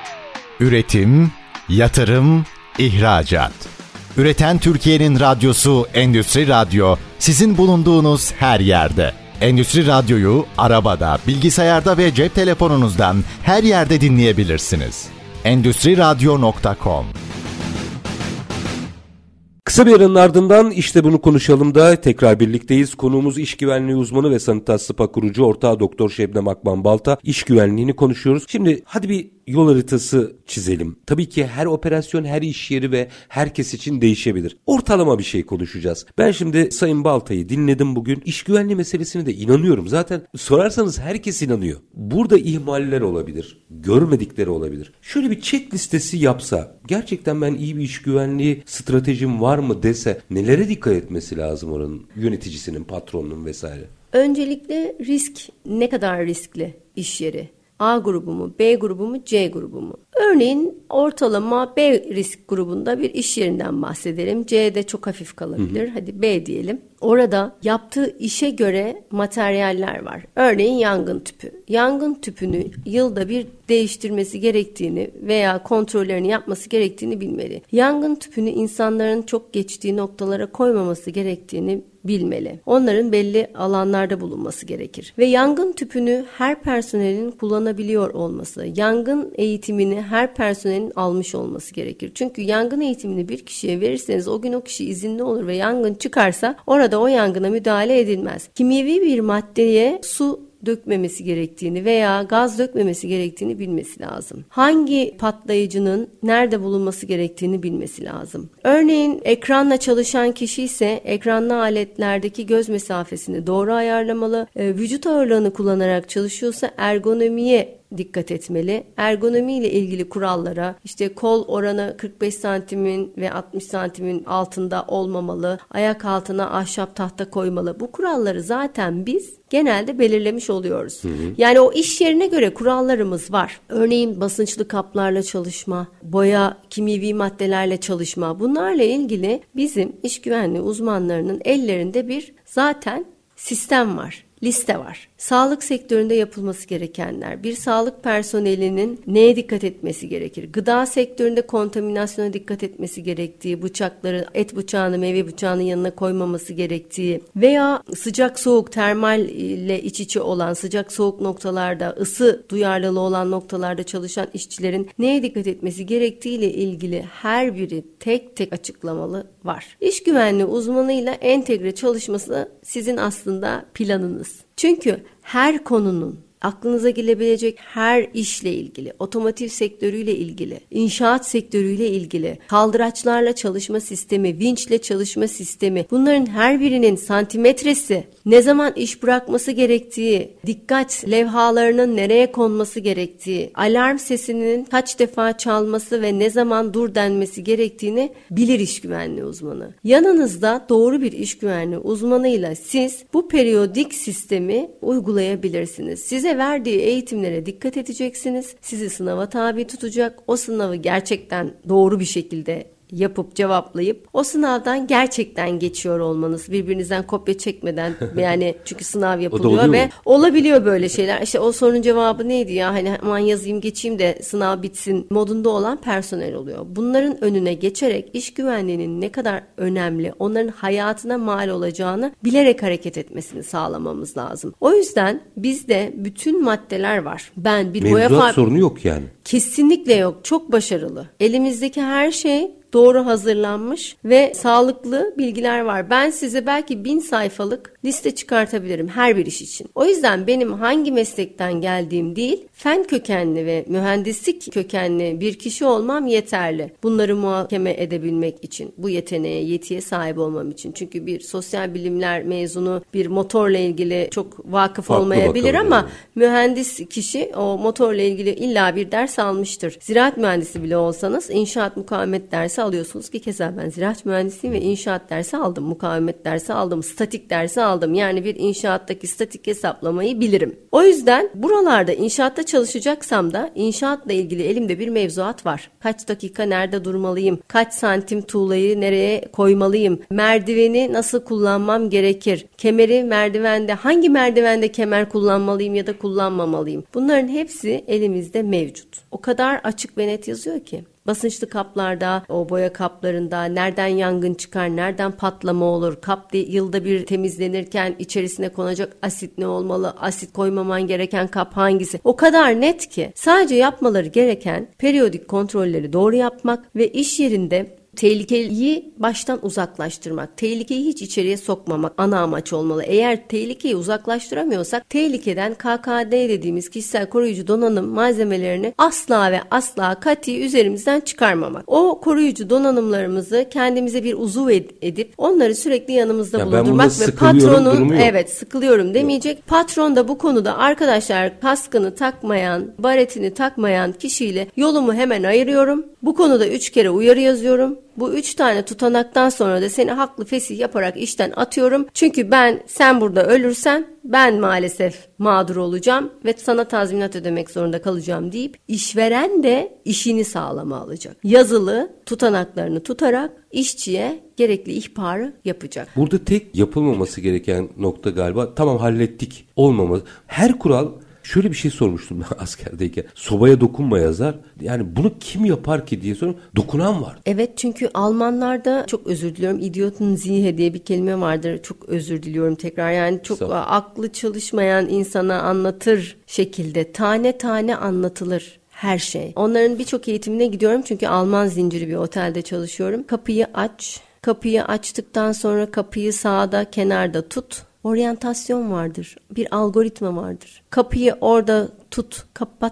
Üretim, yatırım, ihracat. Üreten Türkiye'nin radyosu Endüstri Radyo sizin bulunduğunuz her yerde. Endüstri Radyo'yu arabada, bilgisayarda ve cep telefonunuzdan her yerde dinleyebilirsiniz. Endüstriradyo.com. Kısa bir aranın ardından işte bunu konuşalım da tekrar birlikteyiz. Konuğumuz iş güvenliği uzmanı ve Sanitas Spa kurucu ortağı Doktor Şebnem Akban Balta. İş güvenliğini konuşuyoruz. Şimdi hadi bir yol haritası çizelim. Tabii ki her operasyon, her iş yeri ve herkes için değişebilir. Ortalama bir şey konuşacağız. Ben şimdi Sayın Balta'yı dinledim bugün. İş güvenliği meselesine de inanıyorum. Zaten sorarsanız herkes inanıyor. Burada ihmaller olabilir, görmedikleri olabilir. Şöyle bir check listesi yapsa, gerçekten ben iyi bir iş güvenliği stratejim var mı dese nelere dikkat etmesi lazım oranın yöneticisinin, patronunun vesaire? Öncelikle risk ne kadar riskli iş yeri? A grubu mu, B grubu mu, C grubu mu? Örneğin ortalama B risk grubunda bir iş yerinden bahsedelim. C'de çok hafif kalabilir. Hadi B diyelim. Orada yaptığı işe göre materyaller var. Örneğin yangın tüpü. Yangın tüpünü yılda bir değiştirmesi gerektiğini veya kontrollerini yapması gerektiğini bilmeli. Yangın tüpünü insanların çok geçtiği noktalara koymaması gerektiğini bilmeli. Onların belli alanlarda bulunması gerekir. Ve yangın tüpünü her personelin kullanabiliyor olması, yangın eğitimini her personelin almış olması gerekir. Çünkü yangın eğitimini bir kişiye verirseniz o gün o kişi izinli olur ve yangın çıkarsa orada o yangına müdahale edilmez. Kimyevi bir maddeye su dökmemesi gerektiğini veya gaz dökmemesi gerektiğini bilmesi lazım. Hangi patlayıcının nerede bulunması gerektiğini bilmesi lazım. Örneğin ekranla çalışan kişi ise ekranlı aletlerdeki göz mesafesini doğru ayarlamalı. Vücut ağırlığını kullanarak çalışıyorsa ergonomiye dikkat etmeli. Ergonomi ile ilgili kurallara işte kol oranı 45 santimin ve 60 santimin altında olmamalı. Ayak altına ahşap tahta koymalı. Bu kuralları zaten biz genelde belirlemiş oluyoruz. Yani o iş yerine göre kurallarımız var. Örneğin basınçlı kaplarla çalışma, boya, kimyevi maddelerle çalışma. Bunlarla ilgili bizim iş güvenliği uzmanlarının ellerinde bir zaten sistem var. liste var. Sağlık sektöründe yapılması gerekenler, bir sağlık personelinin neye dikkat etmesi gerekir? Gıda sektöründe kontaminasyona dikkat etmesi gerektiği, bıçakları, et bıçağını meyve bıçağının yanına koymaması gerektiği veya sıcak soğuk termal ile iç içe olan sıcak soğuk noktalarda, ısı duyarlılığı olan noktalarda çalışan işçilerin neye dikkat etmesi gerektiği ile ilgili her biri tek tek açıklamalı var. İş güvenliği uzmanıyla entegre çalışması sizin aslında planınız. Çünkü her konunun aklınıza gelebilecek her işle ilgili, otomotiv sektörüyle ilgili, inşaat sektörüyle ilgili, kaldıraçlarla çalışma sistemi, vinçle çalışma sistemi, bunların her birinin santimetresi, ne zaman iş bırakması gerektiği, dikkat levhalarının nereye konması gerektiği, alarm sesinin kaç defa çalması ve ne zaman dur denmesi gerektiğini bilir iş güvenliği uzmanı. Yanınızda doğru bir iş güvenliği uzmanıyla siz bu periyodik sistemi uygulayabilirsiniz. Size verdiği eğitimlere dikkat edeceksiniz. Sizi sınava tabi tutacak. O sınavı gerçekten doğru bir şekilde yapıp cevaplayıp o sınavdan gerçekten geçiyor olmanız, birbirinizden kopya çekmeden, yani çünkü sınav yapılıyor ve olabiliyor böyle şeyler. İşte o sorunun cevabı neydi ya, hani aman yazayım geçeyim de sınav bitsin modunda olan personel oluyor. Bunların önüne geçerek iş güvenliğinin ne kadar önemli, onların hayatına mal olacağını bilerek hareket etmesini sağlamamız lazım. O yüzden bizde bütün maddeler var. Ben bir mevzuat sorunu yok yani. Kesinlikle yok. Çok başarılı. Elimizdeki her şey doğru hazırlanmış ve sağlıklı bilgiler var. Ben size belki 1000 sayfalık liste çıkartabilirim her bir iş için. O yüzden benim hangi meslekten geldiğim değil, fen kökenli ve mühendislik kökenli bir kişi olmam yeterli. Bunları muhakeme edebilmek için, bu yeteneğe, yetiye sahip olmam için. Çünkü bir sosyal bilimler mezunu bir motorla ilgili çok vakıf farklı olmayabilir ama yani. Mühendis kişi o motorla ilgili illa bir ders almıştır. Ziraat mühendisi bile olsanız inşaat mukavemet dersi alıyorsunuz ki keza ben ziraat mühendisiyim ve inşaat dersi aldım, mukavemet dersi aldım, statik dersi aldım. Yani bir inşaattaki statik hesaplamayı bilirim. O yüzden buralarda inşaatta çalışacaksam da inşaatla ilgili elimde bir mevzuat var. Kaç dakika nerede durmalıyım? Kaç santim tuğlayı nereye koymalıyım? Merdiveni nasıl kullanmam gerekir? Kemeri merdivende, hangi merdivende kemer kullanmalıyım ya da kullanmamalıyım? Bunların hepsi elimizde mevcut. O kadar açık ve net yazıyor ki. Basınçlı kaplarda, o boya kaplarında nereden yangın çıkar, nereden patlama olur, kap yılda bir temizlenirken içerisine konacak asit ne olmalı, asit koymaman gereken kap hangisi? O kadar net ki sadece yapmaları gereken periyodik kontrolleri doğru yapmak ve iş yerinde tehlikeyi baştan uzaklaştırmak, tehlikeyi hiç içeriye sokmamak ana amaç olmalı. Eğer tehlikeyi uzaklaştıramıyorsak tehlikeden KKD dediğimiz kişisel koruyucu donanım malzemelerini asla ve asla kati üzerimizden çıkarmamak. O koruyucu donanımlarımızı kendimize bir uzuv edip onları sürekli yanımızda bulundurmak ve patronun sıkılıyorum demeyecek. Yok. Patron da bu konuda arkadaşlar kaskını takmayan, baretini takmayan kişiyle yolumu hemen ayırıyorum. Bu konuda 3 kere uyarı yazıyorum. Bu 3 tane tutanaktan sonra da seni haklı fesih yaparak işten atıyorum. Çünkü sen burada ölürsen ben maalesef mağdur olacağım ve sana tazminat ödemek zorunda kalacağım deyip işveren de işini sağlama alacak. Yazılı tutanaklarını tutarak işçiye gerekli ihbarı yapacak. Burada tek yapılmaması gereken nokta galiba tamam hallettik olmaması. Her kural şöyle bir şey sormuştum ben askerdeyken. Sobaya dokunma yazar. Yani bunu kim yapar ki diye soruyorum. Dokunan var. Evet çünkü Almanlarda çok özür diliyorum. Idiotenzihe diye bir kelime vardır. Çok özür diliyorum tekrar. Yani çok aklı çalışmayan insana anlatır şekilde tane tane anlatılır. Her şey. Onların birçok eğitimine gidiyorum çünkü Alman zinciri bir otelde çalışıyorum. Kapıyı aç. Kapıyı açtıktan sonra kapıyı sağda kenarda tut. Oryantasyon vardır. Bir algoritma vardır. Kapıyı orada tut,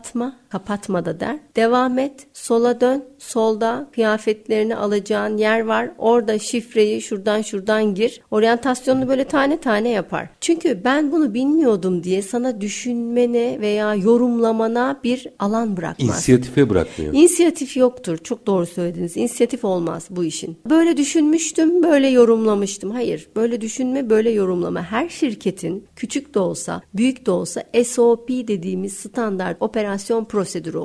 kapatma da der. Devam et, sola dön, solda kıyafetlerini alacağın yer var. Orada şifreyi şuradan gir. Oryantasyonunu böyle tane tane yapar. Çünkü ben bunu bilmiyordum diye sana düşünmene veya yorumlamana bir alan bırakmaz. İnisiyatife bırakmıyor. İnisiyatif yoktur. Çok doğru söylediniz. İnisiyatif olmaz bu işin. Böyle düşünmüştüm, böyle yorumlamıştım. Hayır, böyle düşünme, böyle yorumlama. Her şirketin küçük de olsa, büyük de olsa SOP dediğimiz standart operasyon prosedürü olur.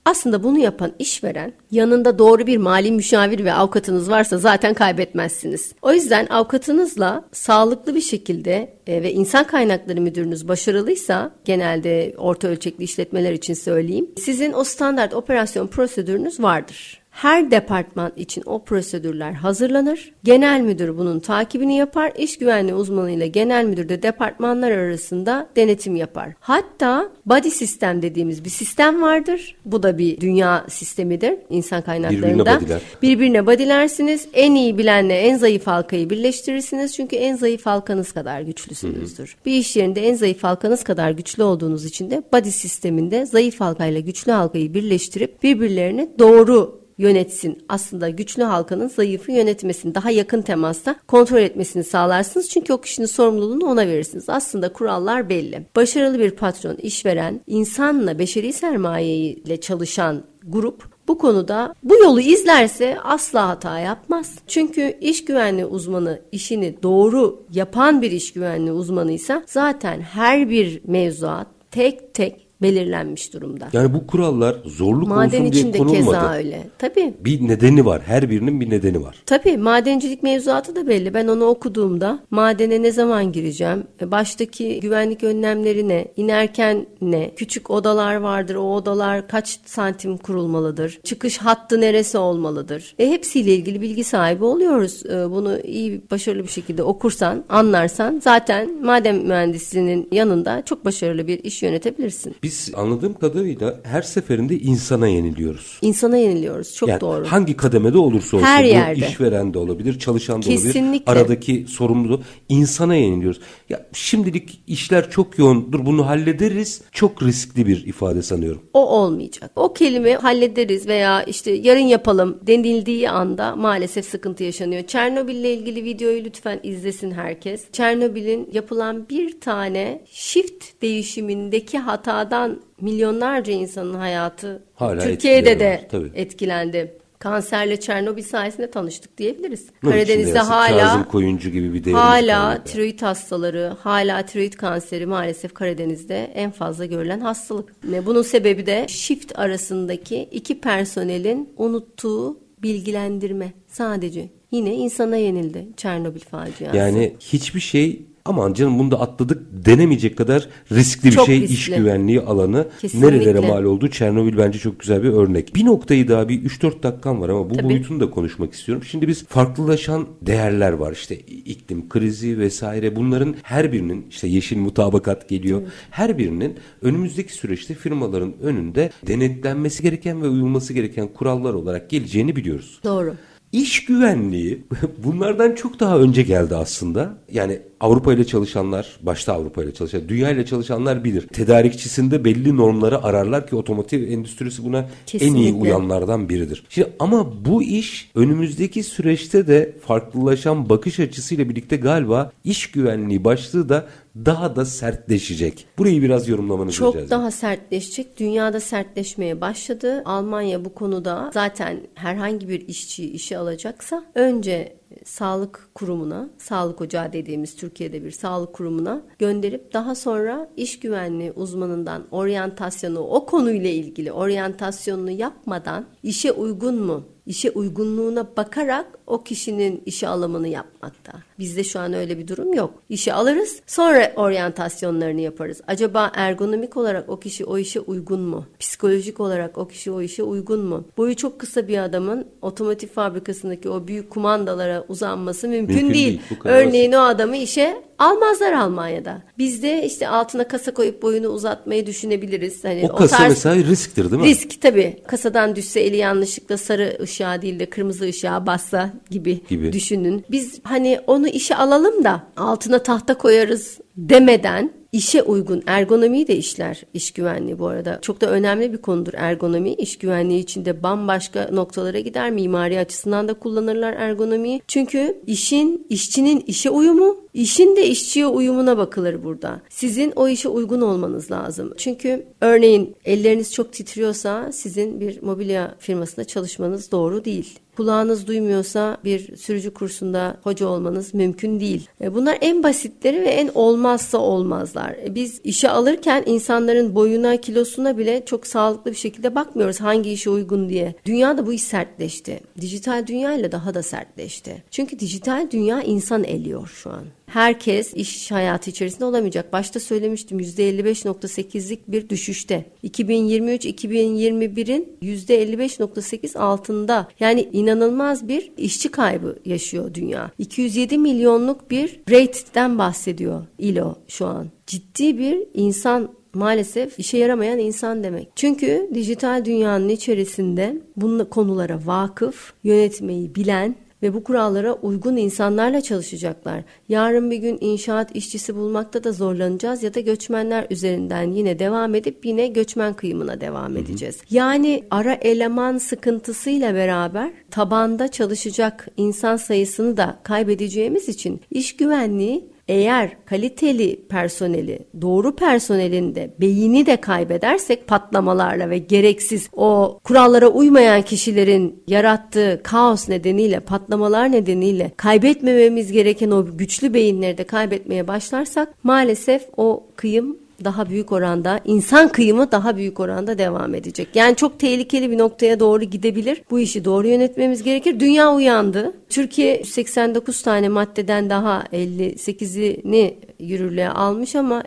Aslında bunu yapan işveren, yanında doğru bir mali müşavir ve avukatınız varsa zaten kaybetmezsiniz. O yüzden avukatınızla sağlıklı bir şekilde ve insan kaynakları müdürünüz başarılıysa, genelde orta ölçekli işletmeler için söyleyeyim, sizin o standart operasyon prosedürünüz vardır. Her departman için o prosedürler hazırlanır. Genel müdür bunun takibini yapar. İş güvenliği uzmanıyla genel müdür de departmanlar arasında denetim yapar. Hatta body sistem dediğimiz bir sistem vardır. Bu da bir dünya sistemidir insan kaynaklarında. Birbirine bodylersiniz. En iyi bilenle en zayıf halkayı birleştirirsiniz. Çünkü en zayıf halkanız kadar güçlüsünüzdür. Bir iş yerinde en zayıf halkanız kadar güçlü olduğunuz için de body sisteminde zayıf halkayla güçlü halkayı birleştirip birbirlerini doğru yönetsin. Aslında güçlü halkanın zayıfı yönetmesini, daha yakın temasta kontrol etmesini sağlarsınız. Çünkü o kişinin sorumluluğunu ona verirsiniz. Aslında kurallar belli. Başarılı bir patron, işveren, insanla, beşeri sermayeyle çalışan grup bu konuda bu yolu izlerse asla hata yapmaz. Çünkü iş güvenliği uzmanı işini doğru yapan bir iş güvenliği uzmanıysa zaten her bir mevzuat tek tek belirlenmiş durumda. Yani bu kurallar zorluk maden olsun diye konulmadı. Maden için de keza öyle. Tabii. Bir nedeni var. Her birinin bir nedeni var. Tabii. Madencilik mevzuatı da belli. Ben onu okuduğumda madene ne zaman gireceğim? Baştaki güvenlik önlemleri ne? İnerken ne? Küçük odalar vardır. O odalar kaç santim kurulmalıdır? Çıkış hattı neresi olmalıdır? Hepsiyle ilgili bilgi sahibi oluyoruz. Bunu iyi, başarılı bir şekilde okursan, anlarsan zaten maden mühendisliğinin yanında çok başarılı bir iş yönetebilirsin. Biz anladığım kadarıyla her seferinde insana yeniliyoruz. İnsana yeniliyoruz. Çok yani doğru. Hangi kademede olursa olsun. Her bu yerde. İşveren de olabilir, çalışan da Kesinlikle. olabilir. Aradaki sorumluluğu insana yeniliyoruz. Ya şimdilik işler çok yoğundur, bunu hallederiz. Çok riskli bir ifade sanıyorum. O olmayacak. O kelime hallederiz veya işte yarın yapalım denildiği anda maalesef sıkıntı yaşanıyor. Çernobil'le ilgili videoyu lütfen izlesin herkes. Çernobil'in yapılan bir tane shift değişimindeki hatadan milyonlarca insanın hayatı hala Türkiye'de de etkilendi. Kanserle Çernobil sayesinde tanıştık diyebiliriz. Karadeniz'de Kazım Koyuncu gibi bir hala tiroid hastaları, hala tiroid kanseri maalesef Karadeniz'de en fazla görülen hastalık. Bunun sebebi de shift arasındaki iki personelin unuttuğu bilgilendirme sadece. Yine insana yenildi Çernobil faciası. Yani hiçbir şey aman canım bunu da atladık denemeyecek kadar riskli bir çok şey riskli. İş güvenliği alanı. Kesinlikle. Nerelere mal oldu? Çernobil bence çok güzel bir örnek. Bir noktayı daha bir 3-4 dakikam var ama bu boyutunu da konuşmak istiyorum. Şimdi biz farklılaşan değerler var. İşte iklim krizi vesaire, bunların her birinin işte yeşil mutabakat geliyor. Evet. Her birinin önümüzdeki süreçte firmaların önünde denetlenmesi gereken ve uyulması gereken kurallar olarak geleceğini biliyoruz. Doğru. İş güvenliği bunlardan çok daha önce geldi aslında. Yani Avrupa ile çalışanlar, başta Avrupa ile çalışan, dünya ile çalışanlar bilir. Tedarikçisinde belli normları ararlar ki otomotiv endüstrisi buna kesinlikle en iyi uyanlardan biridir. Şimdi ama bu iş önümüzdeki süreçte de farklılaşan bakış açısıyla birlikte galiba iş güvenliği başlığı da daha da sertleşecek. Burayı biraz yorumlamanızı rica edeceğim. Çok daha sertleşecek. Dünyada sertleşmeye başladı. Almanya bu konuda zaten herhangi bir işçi işe alacaksa önce sağlık kurumuna, sağlık ocağı dediğimiz Türkiye'de bir sağlık kurumuna gönderip daha sonra iş güvenliği uzmanından oryantasyonu, o konuyla ilgili oryantasyonunu yapmadan işe uygun mu? İşe uygunluğuna bakarak o kişinin işe alımını yapmakta. Bizde şu an öyle bir durum yok. İşe alırız, sonra oryantasyonlarını yaparız. Acaba ergonomik olarak o kişi o işe uygun mu? Psikolojik olarak o kişi o işe uygun mu? Boyu çok kısa bir adamın otomotiv fabrikasındaki o büyük kumandalara uzanması mümkün değil. Örneğin o adamı işe almazlar Almanya'da. Bizde işte altına kasa koyup boyunu uzatmayı düşünebiliriz. Hani o kasa mesela risktir değil mi? Risk tabii. Kasadan düşse eli yanlışlıkla sarı ışığa değil de kırmızı ışığa bassa gibi düşünün. Biz hani onu işe alalım da altına tahta koyarız demeden işe uygun ergonomiyi de işler iş güvenliği bu arada. Çok da önemli bir konudur ergonomi. İş güvenliği içinde bambaşka noktalara gider. Mimari açısından da kullanırlar ergonomiyi. Çünkü işçinin işe uyumu, işin de işçiye uyumuna bakılır burada. Sizin o işe uygun olmanız lazım. Çünkü örneğin elleriniz çok titriyorsa sizin bir mobilya firmasında çalışmanız doğru değil. Kulağınız duymuyorsa bir sürücü kursunda hoca olmanız mümkün değil. Bunlar en basitleri ve en olmazsa olmazlar. Biz işe alırken insanların boyuna, kilosuna bile çok sağlıklı bir şekilde bakmıyoruz hangi işe uygun diye. Dünyada bu iş sertleşti. Dijital dünya ile daha da sertleşti. Çünkü dijital dünya insan eliyor şu an. Herkes iş hayatı içerisinde olamayacak. Başta söylemiştim, %55.8'lik bir düşüşte. 2023-2021'in %55.8 altında. Yani inanılmaz bir işçi kaybı yaşıyor dünya. 207 milyonluk bir rate'den bahsediyor ILO şu an. Ciddi bir insan, maalesef işe yaramayan insan demek. Çünkü dijital dünyanın içerisinde bu konulara vakıf, yönetmeyi bilen ve bu kurallara uygun insanlarla çalışacaklar. Yarın bir gün inşaat işçisi bulmakta da zorlanacağız ya da göçmenler üzerinden yine devam edip yine göçmen kıyımına devam edeceğiz. Yani ara eleman sıkıntısıyla beraber tabanda çalışacak insan sayısını da kaybedeceğimiz için iş güvenliği, eğer kaliteli personeli, doğru personelin de beyni de kaybedersek patlamalarla ve gereksiz o kurallara uymayan kişilerin yarattığı kaos nedeniyle, patlamalar nedeniyle kaybetmememiz gereken o güçlü beyinleri de kaybetmeye başlarsak maalesef o kıyım daha büyük oranda, insan kıyımı daha büyük oranda devam edecek. Yani çok tehlikeli bir noktaya doğru gidebilir. Bu işi doğru yönetmemiz gerekir. Dünya uyandı. Türkiye 89 tane maddeden daha 58'ini yürürlüğe almış ama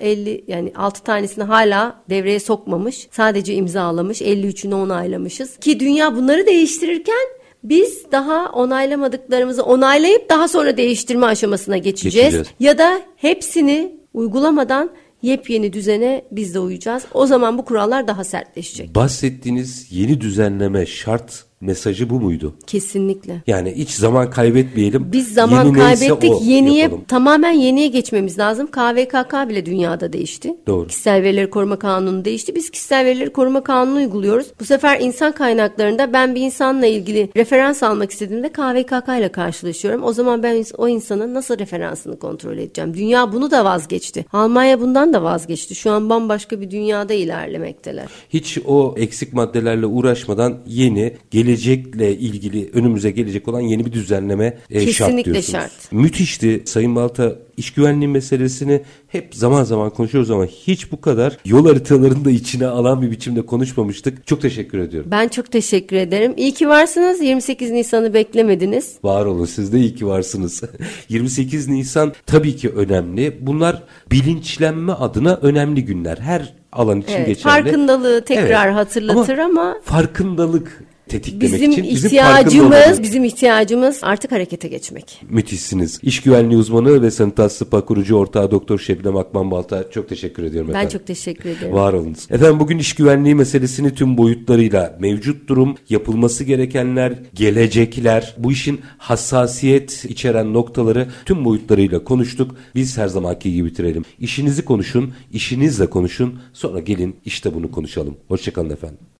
6 tanesini hala devreye sokmamış. Sadece imzalamış. 53'ünü onaylamışız. Ki dünya bunları değiştirirken biz daha onaylamadıklarımızı onaylayıp daha sonra değiştirme aşamasına geçeceğiz. Ya da hepsini uygulamadan yepyeni düzene biz de uyacağız. O zaman bu kurallar daha sertleşecek. Bahsettiğiniz yeni düzenleme şart mesajı bu muydu? Kesinlikle. Yani hiç zaman kaybetmeyelim. Biz zaman kaybettik. Tamamen yeniye geçmemiz lazım. KVKK bile dünyada değişti. Doğru. Kişisel Verileri Koruma Kanunu değişti. Biz Kişisel Verileri Koruma Kanunu uyguluyoruz. Bu sefer insan kaynaklarında ben bir insanla ilgili referans almak istediğimde KVKK ile karşılaşıyorum. O zaman ben o insanın nasıl referansını kontrol edeceğim? Dünya bunu da vazgeçti. Almanya bundan da vazgeçti. Şu an bambaşka bir dünyada ilerlemekteler. Hiç o eksik maddelerle uğraşmadan yeni, gelecekle ilgili önümüze gelecek olan yeni bir düzenleme şart diyorsunuz. Kesinlikle şart. Müthişti Sayın Balta. İş güvenliği meselesini hep zaman zaman konuşuyoruz ama hiç bu kadar yol haritalarını da içine alan bir biçimde konuşmamıştık. Çok teşekkür ediyorum. Ben çok teşekkür ederim. İyi ki varsınız. 28 Nisan'ı beklemediniz. Var olun, siz de iyi ki varsınız. 28 Nisan tabii ki önemli. Bunlar bilinçlenme adına önemli günler. Her alan için geçerli. Farkındalığı tekrar hatırlatır ama farkındalık tetiklemek bizim için bizim ihtiyacımız artık harekete geçmek. Müthişsiniz. İş güvenliği uzmanı ve Sanitas Spa kurucu ortağı Doktor Şebnem Akman Balta, çok teşekkür ediyorum efendim. Ben çok teşekkür ederim. Var olunuz. Efendim bugün iş güvenliği meselesini tüm boyutlarıyla, mevcut durum, yapılması gerekenler, gelecekler, bu işin hassasiyet içeren noktaları tüm boyutlarıyla konuştuk. Biz her zamanki gibi bitirelim. İşinizi konuşun, işinizle konuşun, sonra gelin işte bunu konuşalım. Hoşçakalın efendim.